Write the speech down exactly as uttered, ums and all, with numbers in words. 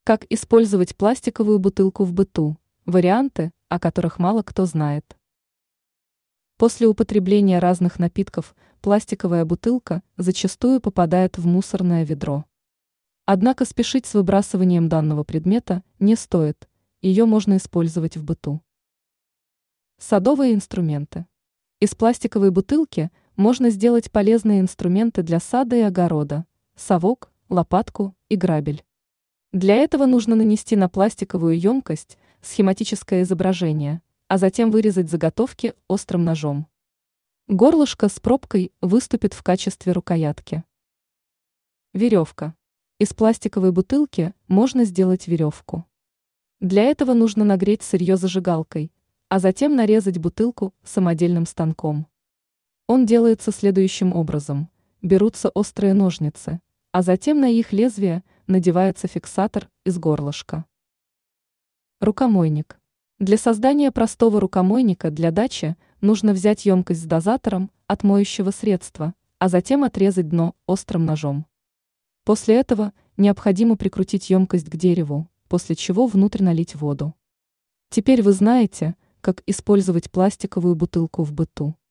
Как использовать пластиковую бутылку в быту? Варианты, о которых мало кто знает. После употребления разных напитков пластиковая бутылка зачастую попадает в мусорное ведро. Однако спешить с выбрасыванием данного предмета не стоит, ее можно использовать в быту. Садовые инструменты. Из пластиковой бутылки можно сделать полезные инструменты для сада и огорода – совок, лопатку и грабель. Для этого нужно нанести на пластиковую емкость схематическое изображение, а затем вырезать заготовки острым ножом. Горлышко с пробкой выступит в качестве рукоятки. Веревка. Из пластиковой бутылки можно сделать веревку. Для этого нужно нагреть сырье зажигалкой, а затем нарезать бутылку самодельным станком. Он делается следующим образом. Берутся острые ножницы, а затем на их лезвие надевается фиксатор из горлышка. Рукомойник. Для создания простого рукомойника для дачи нужно взять емкость с дозатором от моющего средства, а затем отрезать дно острым ножом. После этого необходимо прикрутить емкость к дереву, после чего внутрь налить воду. Теперь вы знаете, как использовать пластиковую бутылку в быту.